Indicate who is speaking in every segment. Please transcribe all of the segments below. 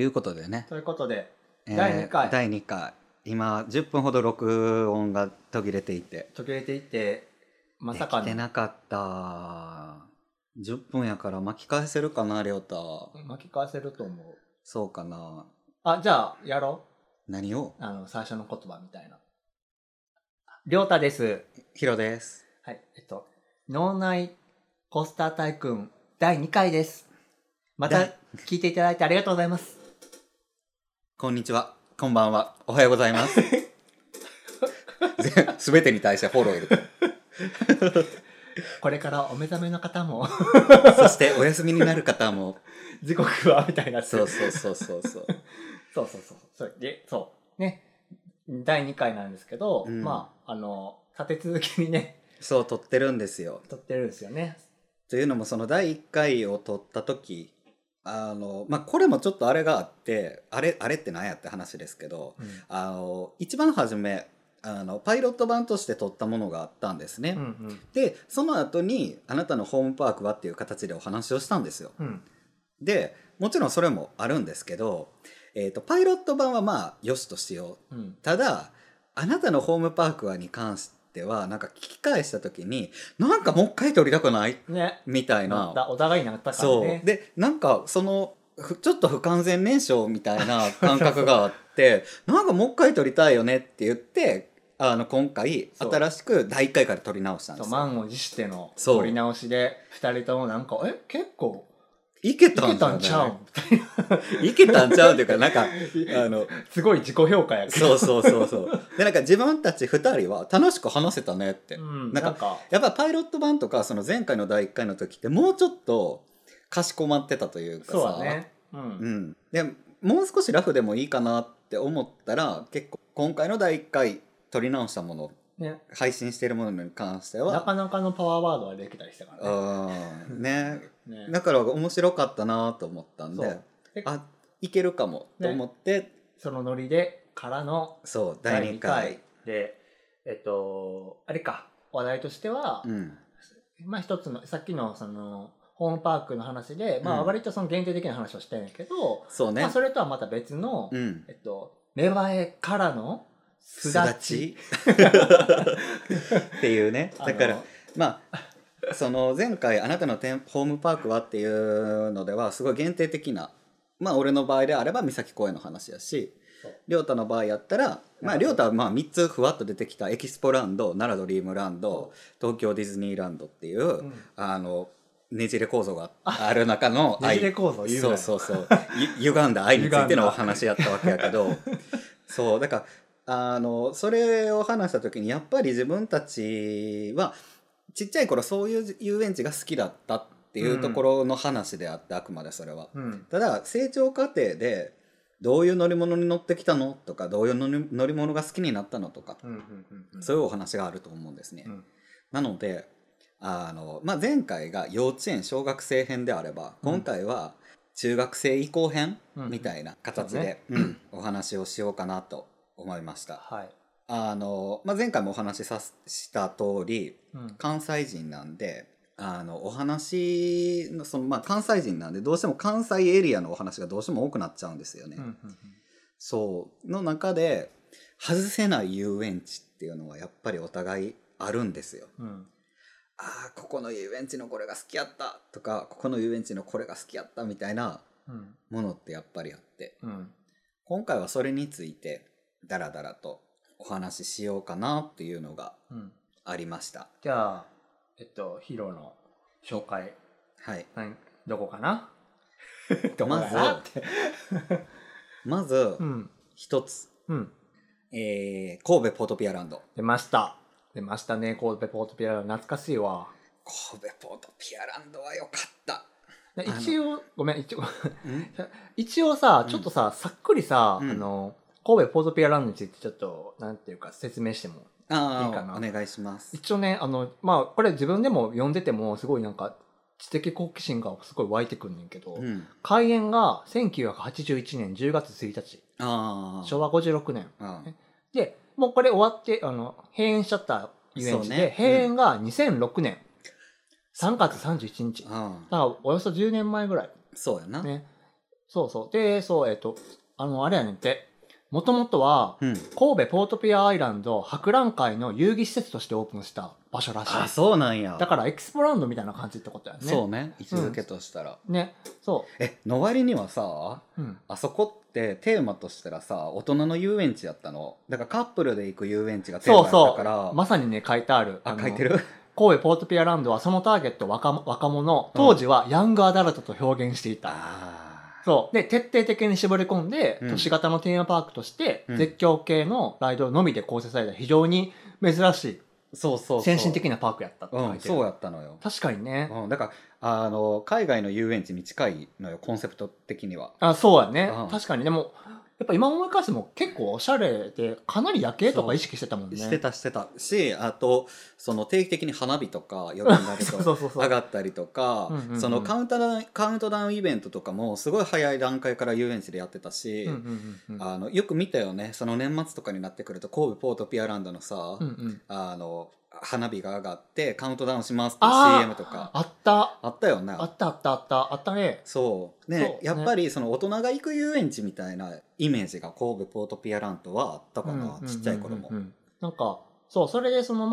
Speaker 1: いうことでね、
Speaker 2: ということで、第2回
Speaker 1: 第2回今10分ほど録音が途切れていてまさかのできてなかった。10分やから巻き返せるかな、りょうた。
Speaker 2: 巻き返せると思う。
Speaker 1: そうかな。
Speaker 2: じゃあやろ
Speaker 1: う。何を？
Speaker 2: 最初の言葉みたいな。りょうたです。
Speaker 1: ひろです。
Speaker 2: はい、脳内コースター大君第2回です。また聞いていただいてありがとうございます。
Speaker 1: こんにちは、こんばんは、おはようございます。すべてに対してフォローいる。
Speaker 2: これからお目覚めの方も
Speaker 1: そしてお休みになる方も
Speaker 2: 時刻はみたいな。
Speaker 1: そう
Speaker 2: ね、第2回なんですけど、立て続けにね
Speaker 1: そう撮ってるんですよ。
Speaker 2: ね。
Speaker 1: というのもその第1回を撮った時これもちょっとあれがあってあれって何やって話ですけど、一番初めパイロット版として撮ったものがあったんですね、でその後にあなたのホームパークはっていう形でお話をしたんですよ、でもちろんそれもあるんですけど、パイロット版はまあよしとしよう、ただあなたのホームパークはに関してはなんか聞き返した時になんかもう一回撮りたくない、みたいな
Speaker 2: お互いになったからね。
Speaker 1: そうでなんかそのちょっと不完全燃焼みたいな感覚があってなんかもう一回撮りたいよねって言って今回新しく第1回から撮り直したんですよ。
Speaker 2: 満を持しての撮り直しで2人ともなんか結構
Speaker 1: いけたんちゃういけたんちゃうっていうかなんか
Speaker 2: すごい自己評価やけ
Speaker 1: どそうでなんか自分たち2人は楽しく話せたねって、なんかやっぱパイロット版とかその前回の第1回の時ってもうちょっとかしこまってたというかさ、
Speaker 2: そうだね、
Speaker 1: でもう少しラフでもいいかなって思ったら結構今回の第1回撮り直したもの、配信しているものに関しては
Speaker 2: なかなかのパワーワードができたりしたから
Speaker 1: ねだから面白かったなと思ったんでいけるかもと思って、
Speaker 2: そのノリでからの
Speaker 1: 第2回
Speaker 2: であれか話題としては、一つのさっきのそのホームパークの話で、割とその限定的な話をしてるんやけど、それとはまた別の、芽生えからのすだち
Speaker 1: っていうね。だからその前回あなたのホームパークはっていうのではすごい限定的な、俺の場合であれば三崎公園の話やし、りょうたの場合やったらりょうたは3つふわっと出てきたエキスポランド、奈良ドリームランド、東京ディズニーランドっていう、ねじれ構造がある中の
Speaker 2: ねじれ構造
Speaker 1: 歪んだ愛についてのお話やったわけやけどそうだからそれを話した時にやっぱり自分たちはちっちゃい頃そういう遊園地が好きだったっていうところの話であって、あくまでそれは、ただ成長過程でどういう乗り物に乗ってきたのとかどういう乗り物が好きになったのとか、そういうお話があると思うんですね、なので前回が幼稚園小学生編であれば、今回は中学生移行編みたいな形で、お話をしようかなと思いました、前回もお話しした通り、関西人なんでお話の関西人なんでどうしても関西エリアのお話がどうしても多くなっちゃうんですよね、そうの中で外せない遊園地っていうのはやっぱりお互いあるんですよ、ここの遊園地のこれが好きやったとかここの遊園地のこれが好きやったみたいなものってやっぱりあって、今回はそれについてダラダラとお話ししようかなっていうのがありました、
Speaker 2: じゃあヒーローの紹介どこかな
Speaker 1: まず一つ、神戸ポートピアランド
Speaker 2: 出ましたね。神戸ポートピアランド懐かしいわ。
Speaker 1: 神戸ポートピアランドは良かった。
Speaker 2: 一応さちょっとさ、さっくりさ、神戸ポートピアランドについてちょっとなんていうか説明してもいいかな。
Speaker 1: お願いします。
Speaker 2: 一応ねこれ自分でも読んでてもすごいなんか知的好奇心がすごい湧いてくんねんけど、開園が1981年10月1日、昭和56年、でもうこれ終わって閉園しちゃった遊園地で、閉園が2006年3月31日、だからおよそ10年前ぐらい。
Speaker 1: そうやな、
Speaker 2: そうそう。で、そう、あれやねんって。もともとは、神戸ポートピアアイランド博覧会の遊戯施設としてオープンした場所らしい。
Speaker 1: あ、そうなんや。
Speaker 2: だからエクスポランドみたいな感じってことやね。
Speaker 1: そうね。位置づけとしたら。
Speaker 2: ね。そう。
Speaker 1: の割にはさ、あそこってテーマとしたらさ、大人の遊園地やったの。だからカップルで行く遊園地がテーマやったから。
Speaker 2: そうそう。まさにね、書いてある。
Speaker 1: あ、書いてる
Speaker 2: 神戸ポートピアランドはそのターゲット若者、当時はヤングアダルトと表現していた。そう。で、徹底的に絞り込んで、都市型のテーマパークとして、絶叫系のライドのみで構成された非常に珍しい、先進的なパークやったって書いてる。
Speaker 1: そうやったのよ。
Speaker 2: 確かにね。
Speaker 1: だから、海外の遊園地に近いのよ、コンセプト的には。
Speaker 2: あ、そうやね。確かに。でも、やっぱ今思い返しても結構おしゃれで、かなり夜景とか意識してたもんね。
Speaker 1: してたし、あとその定期的に花火とか夜になると上がったりとか、そのカウントダウンイベントとかもすごい早い段階から遊園地でやってたし、よく見たよね。その年末とかになってくると神戸ポートピアランドのさ、花火が上がってカウントダウンしますって CM とか
Speaker 2: あった
Speaker 1: よね。
Speaker 2: あったね。
Speaker 1: そうね。やっぱりその大人が行く遊園地みたいなイメージが神戸ポートピアランドはあったかな、ちっちゃい頃も。
Speaker 2: なんかそう、それでその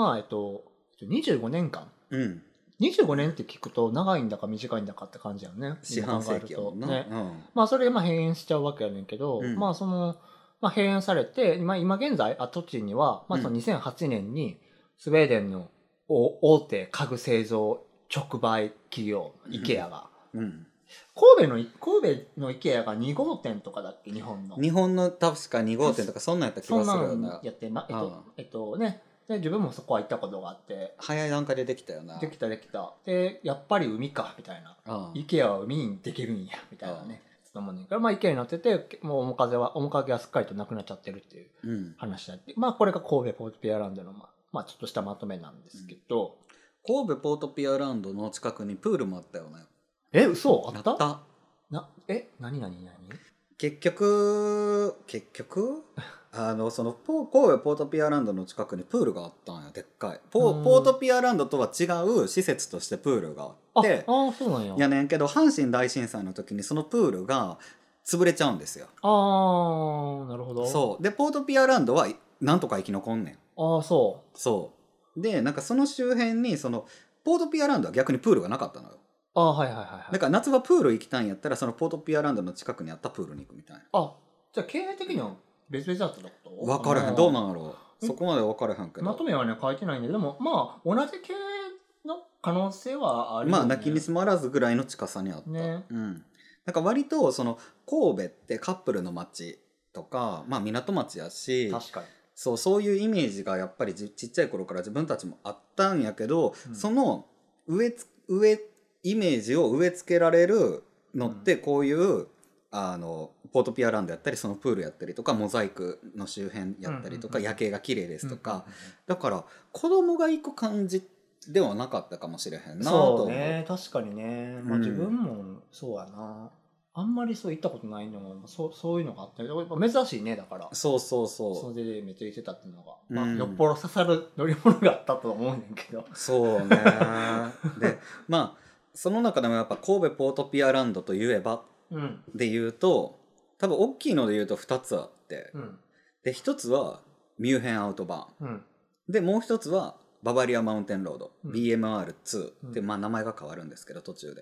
Speaker 2: 25年間、25年って聞くと長いんだか短いんだかって感じやね。
Speaker 1: 四半世紀やもんな。ね。
Speaker 2: それで閉園しちゃうわけやねんけど、閉園されて、今現在跡地には、その2008年にスウェーデンの大手家具製造直売企業、IKEA が、神戸の IKEA が2号店とかだっけ、日本の
Speaker 1: 確か2号店とかそんなんやった気がするよね。
Speaker 2: やってね、で自分もそこは行ったことがあって、
Speaker 1: 早い段階でできたよな。
Speaker 2: できたで、やっぱり海かみたいな、IKEA は海にできるんやみたいなね、思うねんけど、IKEA になってて、もう面影はすっかりとなくなっちゃってるっていう話だって、これが神戸ポートピアランドのちょっとしたまとめなんですけど、
Speaker 1: 神戸ポートピアランドの近くにプールもあったよね。
Speaker 2: 嘘あった？何
Speaker 1: 結局その神戸ポートピアランドの近くにプールがあったんや。でっかいポートピアランドとは違う施設としてプールがあって、
Speaker 2: そうなん
Speaker 1: やねんけど、阪神大震災の時にそのプールが潰れちゃうんですよ。
Speaker 2: なるほど。
Speaker 1: そうで、ポートピアランドはなんとか生き残んねん。そうで、なんかその周辺にそのポートピアランドは逆にプールがなかったのよ。だから夏はプール行きたいんやったら、そのポートピアランドの近くにあったプールに行くみたいな。
Speaker 2: じゃあ経営的には別々だったってこと？
Speaker 1: 分からへん。どうなんやろう。そこまで分からへんけど。
Speaker 2: まとめはね書いてないんで、でも同じ経営の可能性はあるよね。
Speaker 1: 泣きにつまらずぐらいの近さにあった。なんか割とその神戸ってカップルの街とか、港町やし、
Speaker 2: 確かに
Speaker 1: そういうイメージがやっぱりちっちゃい頃から自分たちもあったんやけど、そのイメージを植え付けられるのってこういう、ポートピアランドやったり、そのプールやったりとか、モザイクの周辺やったりとか、夜景が綺麗ですとか、だから子供が行く感じではなかったかもしれへんなと。
Speaker 2: そうね、確かにね。自分もそうやな。あんまりそう行ったことないのも、そういうのがあったり、珍しいね。だから
Speaker 1: そ
Speaker 2: れでめっちゃ行ってたっていうのが、よっぽど刺さる乗り物があったと思うねんけど。
Speaker 1: そうね。でその中でもやっぱ神戸ポートピアランドといえばでいうと、多分大きいのでいうと2つあって、で1つはミューヘンアウトバーン、でもう1つはババリアマウンテンロード、BMR2 って名前が変わるんですけど、途中で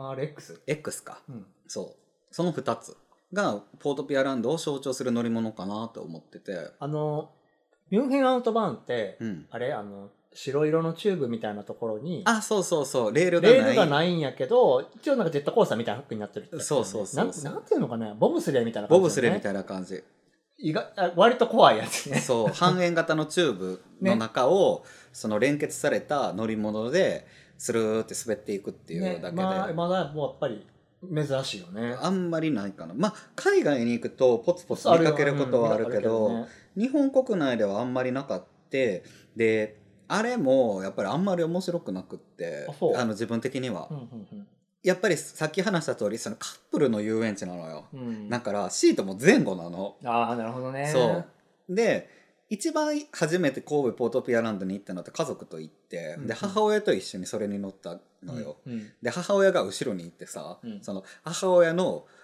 Speaker 1: BMRX か、その2つがポートピアランドを象徴する乗り物かなと思ってて、
Speaker 2: ミュンヘンアウトバーンって、あれ白色のチューブみたいなところに、
Speaker 1: そうレール
Speaker 2: がないんやけど、一応なんかジェットコースターみたいな服になってるって、なんていうのかね、ボブスレーみたいな感じ、
Speaker 1: ボブスレーみたいな感じ、
Speaker 2: 割と怖いやつね。
Speaker 1: 半円型のチューブの中を、その連結された乗り物でスルーって滑っていくっていうだけで、
Speaker 2: まだもうやっぱり珍しいよね。
Speaker 1: あんまりないかな。海外に行くとポツポツ見かけることはあるけど、日本国内ではあんまりなかった。であれもやっぱりあんまり面白くなくって、自分的には、やっぱりさっき話した通り、そのカップルの遊園地なのよ、だからシートも前後なの。
Speaker 2: なるほどね。
Speaker 1: で一番初めて神戸ポートピアランドに行ったのって家族と行って、で母親と一緒にそれに乗ったのよ、で母親が後ろに行ってさ、その母親の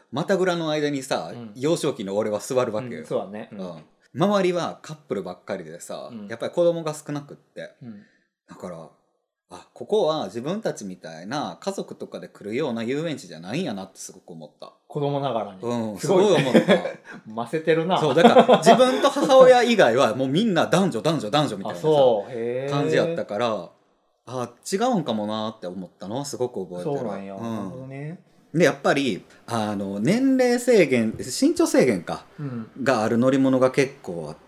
Speaker 1: 股ぐらの間にさ、幼少期の俺は座るわけよ、
Speaker 2: そうだね、
Speaker 1: 周りはカップルばっかりでさ、やっぱり子供が少なくって、だからここは自分たちみたいな家族とかで来るような遊園地じゃないんやなってすごく思った。
Speaker 2: 子供ながらに、
Speaker 1: すごい思った
Speaker 2: ませてるな。
Speaker 1: そうだから自分と母親以外はもうみんな男女みたいな感じやったから、違うんかもなって思ったのはすごく覚えてる。
Speaker 2: そうなんや、なるほどね。
Speaker 1: でやっぱり年齢制限、身長制限がある乗り物が結構あって、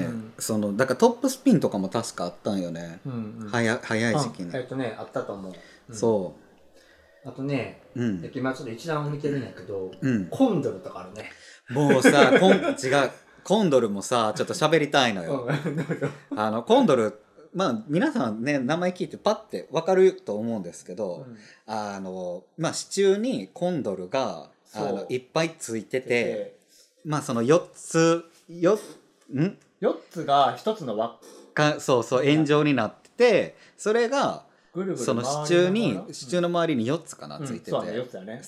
Speaker 1: だからトップスピンとかも確かあったんよね、早い時期に。
Speaker 2: あったと思う。
Speaker 1: そう
Speaker 2: あとね、今ちょっと一覧を見てるんやけど、コンドルとかあるね。
Speaker 1: もうさコンドルもさちょっと喋りたいのよ。コンドル、皆さんね名前聞いてパッて分かると思うんですけど、支柱にコンドルがいっぱいついてて、その4つ
Speaker 2: が1つの輪っ
Speaker 1: か、円状になってて、それがその支柱の周りに4つかなついてて、
Speaker 2: 4つだね。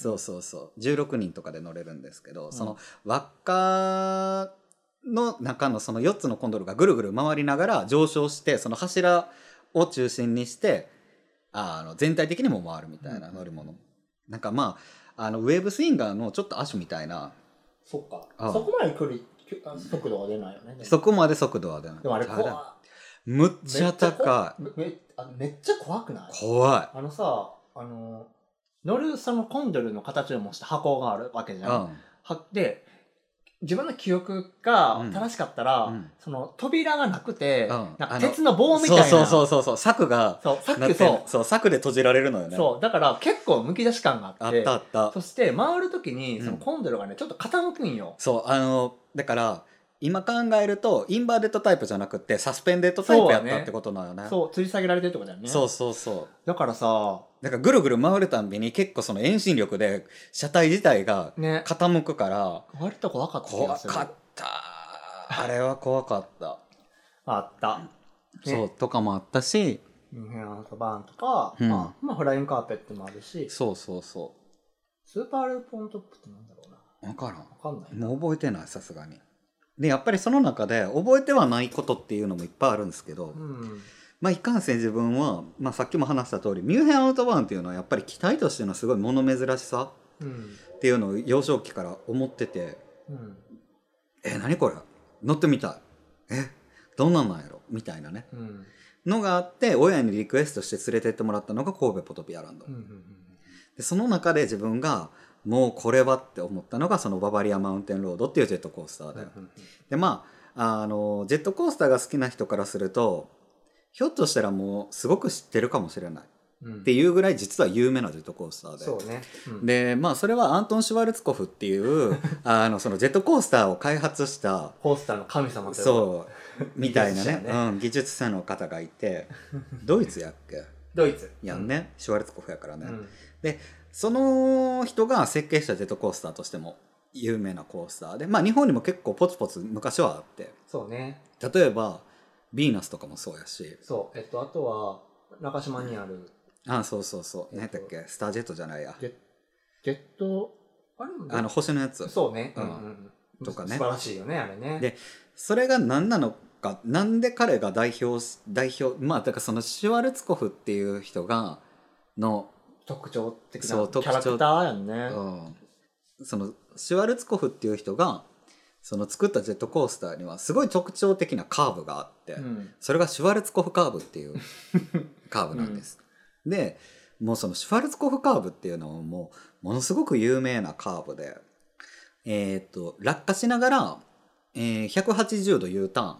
Speaker 1: 16人とかで乗れるんですけど、その輪っかの中のその4つのコンドルがぐるぐる回りながら上昇して、その柱を中心にして全体的にも回るみたいな乗り物、なんかウェーブスインガーのちょっと亜種みたいな。
Speaker 2: そっか、そこまで速度は出ないよね。
Speaker 1: そこまで速度は出ない。
Speaker 2: でもあれ
Speaker 1: むっちゃ高い。
Speaker 2: めっちゃ怖くない？
Speaker 1: 怖い。
Speaker 2: 乗るそのコンドルの形を模した箱があるわけじゃん。で自分の記憶が正しかったら、その扉がなくて、なんか鉄の棒みたいな、
Speaker 1: 柵が柵で閉じられるのよね。
Speaker 2: だから結構むき出し感があって、
Speaker 1: あった。
Speaker 2: そして回る時にそのコンドルがねちょっと傾くんよ。
Speaker 1: だから今考えるとインバーデッドタイプじゃなくてサスペンデッドタイプやったってことなのね。
Speaker 2: 吊り下げられてるってことだよね。だからさ、
Speaker 1: だからぐるぐる回るたんびに結構その遠心力で車体自体が傾くから、
Speaker 2: 割と怖かった気がする。
Speaker 1: 怖かった。あれは怖かった。
Speaker 2: あった。
Speaker 1: とかもあったし、
Speaker 2: ミュンヘンアウトバーンとか、フライングカーペットもあるし、スーパーループオントップってなんだろうな。
Speaker 1: 分かんない。
Speaker 2: も
Speaker 1: う覚えてない、さすがに。でやっぱりその中で覚えてはないことっていうのもいっぱいあるんですけど、いかんせん自分は、さっきも話した通りミュンヘンアウトバーンっていうのはやっぱり機体としてのすごい物珍しさっていうのを幼少期から思ってて、何これ乗ってみたい、どんなんなんやろみたいなね、のがあって、親にリクエストして連れてってもらったのが神戸ポトピアランド、でその中で自分がもうこれはって思ったのがそのババリアマウンテンロードっていうジェットコースターで、でジェットコースターが好きな人からするとひょっとしたらもうすごく知ってるかもしれないっていうぐらい実は有名なジェットコースターで、でそれはアントン・シュワルツコフっていうそのジェットコースターを開発した
Speaker 2: コースターの神様
Speaker 1: みたいなね、技術者の方がいて、ドイツやっけ？
Speaker 2: ドイツ
Speaker 1: やんね、シュワルツコフやからね、でその人が設計したジェットコースターとしても有名なコースターで、日本にも結構ポツポツ昔はあって、例えばヴィーナスとかもそうやし、
Speaker 2: あとは中島にある
Speaker 1: 何だっけ、スタージェットじゃないや、
Speaker 2: ジェット
Speaker 1: 星のやつ
Speaker 2: とかね、素晴らしいよねあれね。
Speaker 1: でそれが何なのか、なんで彼が代表だからそのシュワルツコフっていう人がの
Speaker 2: 特徴的なキャラクターやんね。
Speaker 1: そのシュワルツコフっていう人がその作ったジェットコースターにはすごい特徴的なカーブがあって、それがシュワルツコフカーブっていうカーブなんです、でもうそのシュワルツコフカーブっていうのはものすごく有名なカーブで、落下しながら、180度 U ターン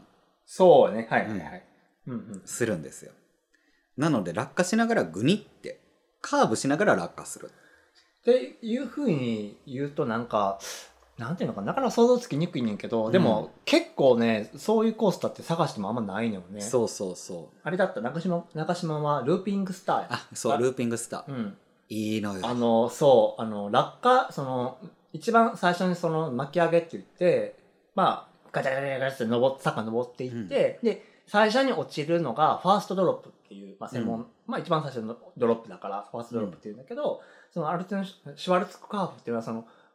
Speaker 1: するんですよ。なので落下しながらグニってカーブしながら落下する
Speaker 2: っていうふうに言うと、なんていうのかなかなか想像つきにくいねんけど、でも結構ねそういうコースターって探してもあんまないのよね。あれだった、中島はルーピングスターや。
Speaker 1: ルーピングスター、いいのよ。
Speaker 2: 落下、一番最初にその巻き上げって言って、ガチャガチャガチャって坂登っていって、で最初に落ちるのがファーストドロップっていう、専門、一番最初のドロップだからファーストドロップっていうんだけど、そのアルテンシュワルツカーブっていうのはそのフ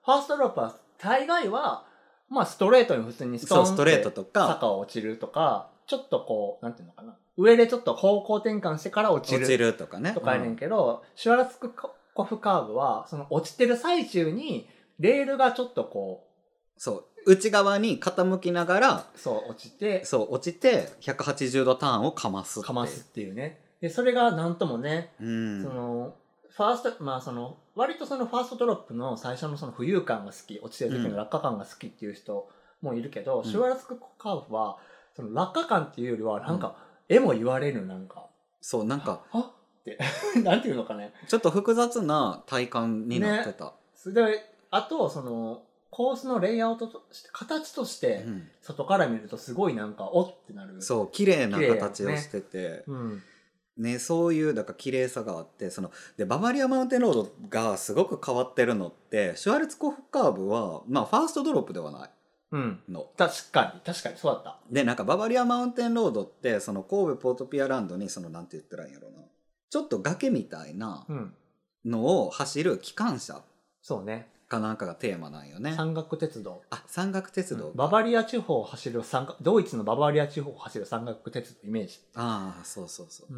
Speaker 2: ファーストドロップは大概はまあストレートに普通にストーンって
Speaker 1: ストレートとか
Speaker 2: 坂を落ちるとか、ちょっとこうなんていうのかな、上でちょっと方向転換してから落ちる
Speaker 1: とかね
Speaker 2: とかやねんけど、シュワルツコフカーブはその落ちてる最中にレールがちょっとこう
Speaker 1: そう内側に傾きながら
Speaker 2: そう落ちて
Speaker 1: 180度ターンをかます
Speaker 2: っていうね。でそれがなんともね、
Speaker 1: うん、
Speaker 2: そのファーストまあその割とそのファーストドロップの最初のその浮遊感が好き、落ちてる時の落下感が好きっていう人もいるけど、シュワルツコカーブはその落下感っていうよりはなんか、絵も言われるなんか
Speaker 1: そうなんか
Speaker 2: ってなんていうのかね、
Speaker 1: ちょっと複雑な体感になってた、
Speaker 2: ね、であとそのコースのレイアウトとして形として外から見るとすごいなんかおってなる、
Speaker 1: そう綺麗な形をしてて、ね、そういうだから綺麗さがあって、でババリアマウンテンロードがすごく変わってるのって、シュワルツコフカーブはまあファーストドロップではないの、
Speaker 2: 確かにそうだった。
Speaker 1: でなんかババリアマウンテンロードってその神戸ポートピアランドになんて言ったらいいんやろうな、ちょっと崖みたいなのを走る機関車
Speaker 2: そうね
Speaker 1: かなんかがテーマなんよね。
Speaker 2: 山岳鉄道。
Speaker 1: 山岳鉄道、
Speaker 2: ババリア地方を走るドイツのババリア地方を走る山岳鉄道イメージ。
Speaker 1: そう、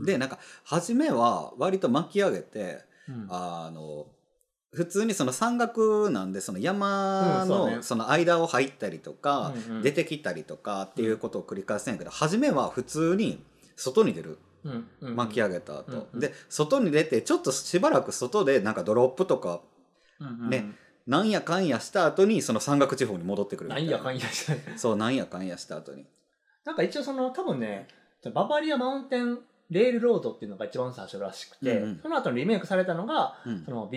Speaker 1: でなんか初めは割と巻き上げて、普通にその山岳なんでその山のその間を入ったりとか、出てきたりとかっていうことを繰り返せんけど、初めは普通に外に出る、巻き上げた後、で外に出てちょっとしばらく外でなんかドロップとかね、なんやかんやした後にその山岳地方に戻ってくるみたいな。なんやかんやしたそうなんやかんやした後に
Speaker 2: なんか一応その多分ねババリアマウンテンレールロードっていうのが一番最初らしくて、その後にリメイクされたのが、その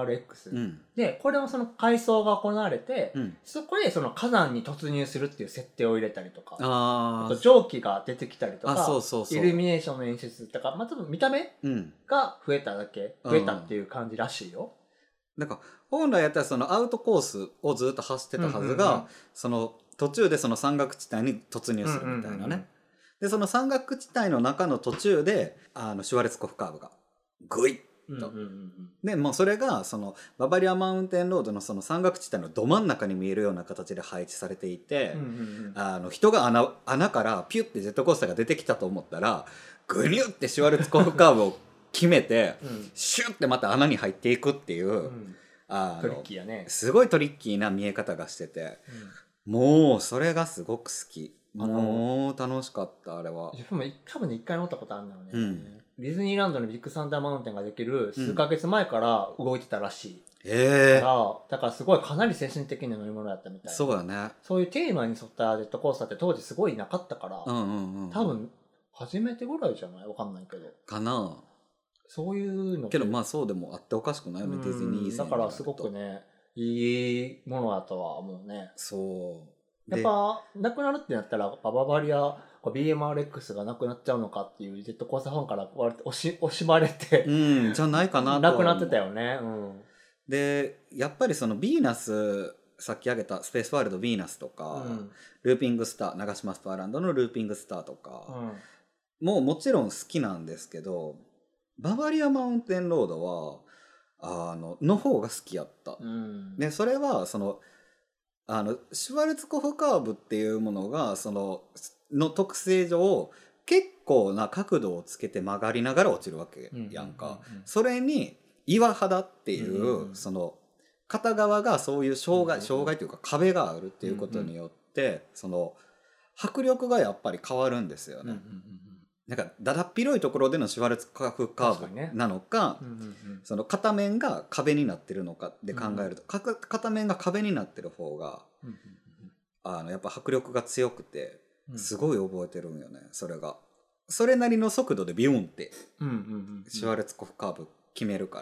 Speaker 2: BMRX、でこれもその改装が行われて、そこでその火山に突入するっていう設定を入れたりとか、あと蒸気が出てきたりとか、イルミネーションの演出とか、まあ多分見た目が増えたっていう感じらしいよ。
Speaker 1: なんか本来やったらそのアウトコースをずっと走ってたはずが、その途中でその山岳地帯に突入するみたいなね。でその山岳地帯の中の途中でシュワルツコフカーブがグイッと、でもうそれがそのババリアマウンテンロードのその山岳地帯のど真ん中に見えるような形で配置されていて、人が穴からピュッてジェットコースターが出てきたと思ったらグニュッてシュワルツコフカーブを決めて、シュッてまた穴に入っていくっていう、
Speaker 2: トリッキーやね、
Speaker 1: すごいトリッキーな見え方がしてて、もうそれがすごく好き。もう楽しかったあれは。
Speaker 2: 多分ね1回乗ったことあるんだよね、ディズニーランドのビッグサンダーマウンテンができる数ヶ月前から動いてたらしい、だからすごいかなり精神的な乗り物だったみたいな。
Speaker 1: そうだね。
Speaker 2: そういうテーマに沿ったジェットコースターって当時すごいなかったから、多分初めてぐらいじゃない、わかんないけど
Speaker 1: かな。
Speaker 2: そういうの
Speaker 1: けどまあそうでもあっておかしくないよね、ディズニー
Speaker 2: だからすごくねいいものだとは思うね。
Speaker 1: そう
Speaker 2: やっぱなくなるってなったらババリア BMRX がなくなっちゃうのかっていうジェットコースターファンから惜しまれて
Speaker 1: じゃないかなと
Speaker 2: なくなってたよね、
Speaker 1: でやっぱりそのヴィーナス、さっき挙げたスペースワールドヴィーナスとか、ルーピングスター、長島スパーランドのルーピングスターとか、もちろん好きなんですけど、ババリアマウンテンロードはの方が好きやった、でそれはそのシュワルツコフカーブっていうものがの特性上結構な角度をつけて曲がりながら落ちるわけやんか。それに岩肌っていう、その片側がそういう障害というか壁があるっていうことによって、その迫力がやっぱり変わるんですよね。なんかだだっ広いところでのシュワルツコフカーブなのか、その片面が壁になってるのかで考えると、片面が壁になってる方が、やっぱ迫力が強くてすごい覚えてるんよね。それなりの速度でビューンってシュワルツコフカーブ決めるから、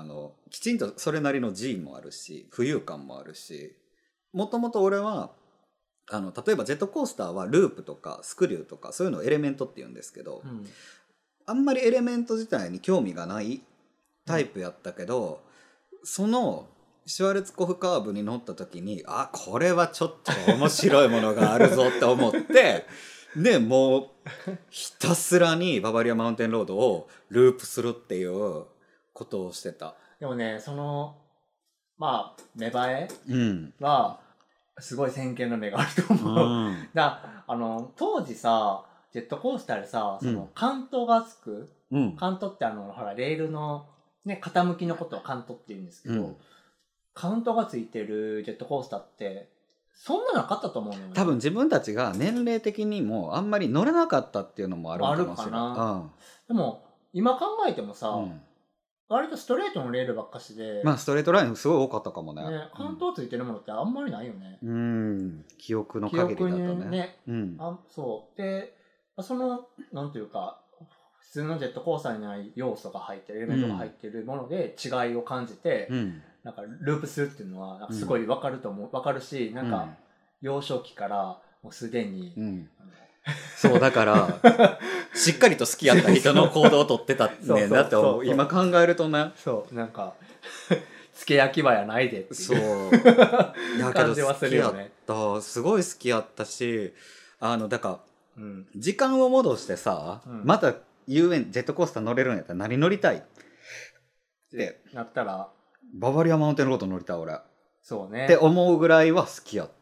Speaker 1: きちんとそれなりの G もあるし浮遊感もあるし、もともと俺は例えばジェットコースターはループとかスクリューとかそういうのをエレメントって言うんですけど、あんまりエレメント自体に興味がないタイプやったけど、そのシュワルツコフカーブに乗った時にこれはちょっと面白いものがあるぞって思ってでもうひたすらにババリアマウンテンロードをループするっていうことをしてた。
Speaker 2: でもねそのまあ芽生えはすごい先見の目があると思う。当時さジェットコースターでさそのカントがつく、カントってほらレールのね傾きのことをカントって言うんですけど、カウントがついてるジェットコースターってそんななかったと思うのよね。
Speaker 1: 多分自分たちが年齢的にもあんまり乗れなかったっていうのもあるかもしれない。
Speaker 2: あるかな、でも今考えてもさ、割とストレートのレールばっかしで、
Speaker 1: まあストレートラインすごい多かったかもね。
Speaker 2: カウントついてるものってあんまりないよね。
Speaker 1: 記憶の限りだったね。
Speaker 2: そうでそのなんていうか普通のジェットコースターにない要素が入ってるエレメントが入ってるもので違いを感じて、なんかループするっていうのはなんかすごい分かると思う、分かるし、なんか幼少期からもうすでに、
Speaker 1: そうだからしっかりと好きやった人の行動をとってたねだって今考えるとね、
Speaker 2: そうなんか付け焼き場やないでって
Speaker 1: いう
Speaker 2: 感じはするよね。
Speaker 1: すごい好きやったしだから、時間を戻してさ、また遊園ジェットコースター乗れるんやったら何乗りたいって
Speaker 2: なったら
Speaker 1: ババリアマウンテンロード乗りたい俺。
Speaker 2: そうね
Speaker 1: って思うぐらいは好きやった。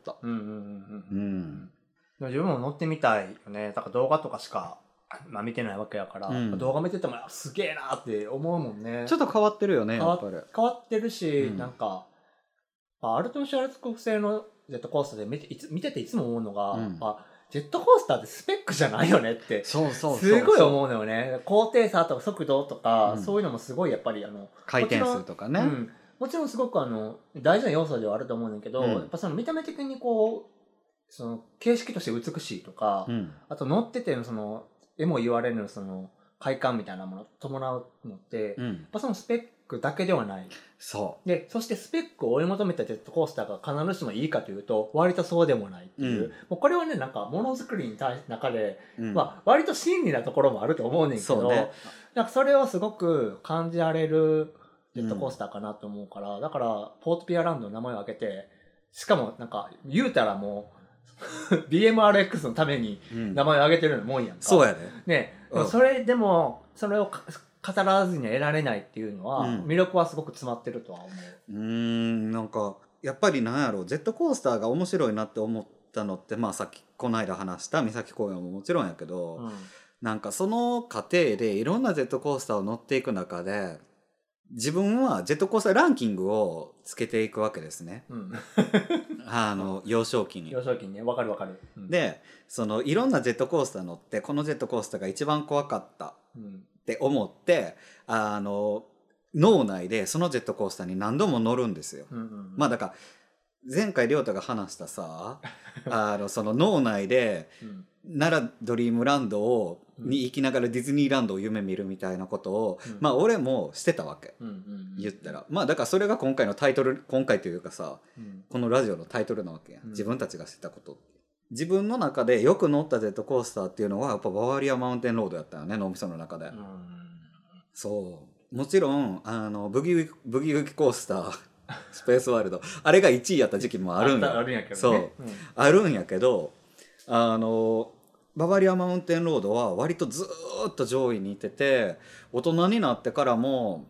Speaker 2: 自分も乗ってみたいよね。だから動画とかしか、見てないわけやから、動画見ててもすげえなって思うもんね。
Speaker 1: ちょっと変わってるよねやっぱり。
Speaker 2: 変わってるし、なんかアルトン・シュワルツ国製のジェットコースターで見てていつも思うのが、ジェットコースターってスペックじゃないよねってすごい思うのよね。高低差とか速度とか、そういうのもすごいやっぱり
Speaker 1: 回転数とかね、
Speaker 2: もちろんすごく大事な要素ではあると思うんだけど、やっぱその見た目的にこうその形式として美しいとか、あと乗っててのその絵も言われるその快感みたいなものを伴うのって、やっぱそのスペックだけではない。そしてスペックを追い求めたジェットコースターが必ずしもいいかというと割とそうでもないっていう、もうこれはねなんかものづくりに対して中で、割と真理なところもあると思うねんけど、なんかそれをすごく感じられるジェットコースターかなと思うから、だからポートピアランドの名前を挙げて、しかもなんか言うたらもうBMRX のために名前を挙げてるようなもんやんか。
Speaker 1: そうや
Speaker 2: ね。それでもそれを語らずには得られないっていうのは、魅力はすごく詰まってるとは思う。
Speaker 1: なんかやっぱりなんやろう、ジェットコースターが面白いなって思ったのって、まあさっきこの間話した三崎公園ももちろんやけど、なんかその過程でいろんなジェットコースターを乗っていく中で自分はジェットコースターランキングをつけていくわけですね。幼少期に。
Speaker 2: 幼少期にね、わかるわかる。
Speaker 1: で、そのいろんなジェットコースター乗ってこのジェットコースターが一番怖かったって思って、脳内でそのジェットコースターに何度も乗るんですよ。まあだから前回亮太が話したさその脳内で、奈良ドリームランドに行きながらディズニーランドを夢見るみたいなことを、まあ俺もしてたわけ、言ったら。まあだからそれが今回のタイトル、今回というかさ、このラジオのタイトルなわけや、自分たちがしてたこと。自分の中でよく乗ったジェットコースターっていうのはやっぱバワリアマウンテンロードやったよね、脳みその中で。そうもちろんブギウギコースタースペースワールドあれが1位やった時期もあるんや。
Speaker 2: あるんやけどね。
Speaker 1: そう、あるんやけどババリアマウンテンロードは割とずっと上位にいてて、大人になってからも、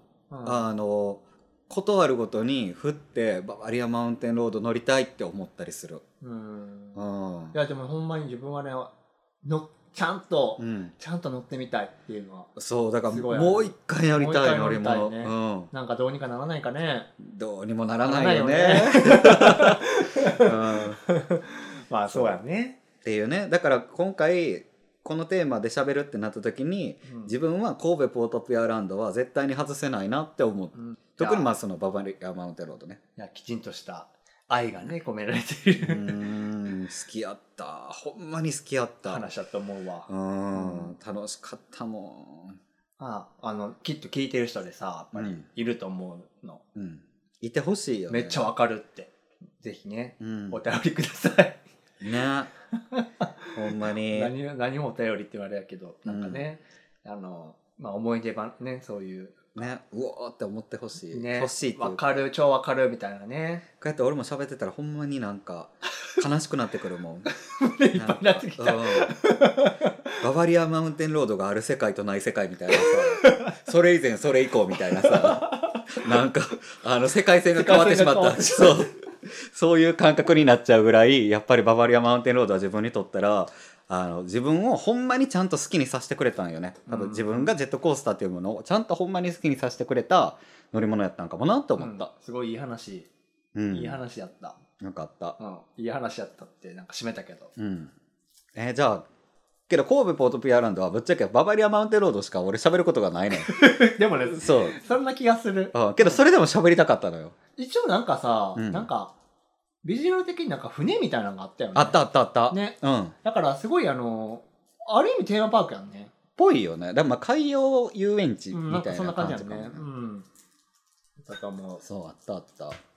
Speaker 1: ことあるごとに振ってババリアマウンテンロード乗りたいって思ったりする。
Speaker 2: いやでもほんまに自分はねちゃんと乗ってみたいっていうのは。
Speaker 1: そうだからもう一回乗りたい乗り物、
Speaker 2: なんかどうにかならないかね。
Speaker 1: どうにもならないよね。
Speaker 2: まあそうやね
Speaker 1: っていうね。だから今回このテーマで喋るってなった時に、自分は神戸ポートピアランドは絶対に外せないなって思う、特にまあそのババリアマウンテンロードね。
Speaker 2: いやきちんとした愛がね込められてい
Speaker 1: る。好きやった、ほんまに好きやった
Speaker 2: 話だと思うわ。
Speaker 1: 楽しかったも
Speaker 2: ん。きっと聞いてる人でさやっぱりいると思うの、
Speaker 1: いてほしいよね。
Speaker 2: めっちゃわかるってぜひね、お便りください
Speaker 1: ね。ほんまに
Speaker 2: 何もお便りって言われやけど、なんかね、まあ思い出版ね、そういう
Speaker 1: ね、うおーって思ってほしい
Speaker 2: ね、
Speaker 1: 欲しいっていうか、
Speaker 2: わかる、超わかるみたいなね。
Speaker 1: こうやって俺も喋ってたらほんまになんか悲しくなってくるもん
Speaker 2: 胸いっぱいになってきた。
Speaker 1: ババリアマウンテンロードがある世界とない世界みたいなさそれ以前それ以降みたいなさなんか世界線が変わってしまったそういう感覚になっちゃうぐらいやっぱりババリアマウンテンロードは自分にとったら自分をほんまにちゃんと好きにさせてくれたんよね。多分自分がジェットコースターっていうものをちゃんとほんまに好きにさせてくれた乗り物やったんかもなって思った、
Speaker 2: すごいいい話、いい話やった。
Speaker 1: よかった、
Speaker 2: いい話やったってなんか締めたけど、
Speaker 1: じゃあけど神戸ポートピアアイランドはぶっちゃけババリアマウンテンロードしか俺喋ることがないね
Speaker 2: でもねそんな気がする。
Speaker 1: けどそれでも喋りたかったのよ。
Speaker 2: 一応なんかさ、なんかビジュアル的になんか船みたいなのがあったよね。
Speaker 1: あった
Speaker 2: ね、だからすごいある意味テーマパークやんね。
Speaker 1: ぽいよね。でも海洋遊園地みたいな
Speaker 2: そんな感じやんね。だと思う。
Speaker 1: そうあった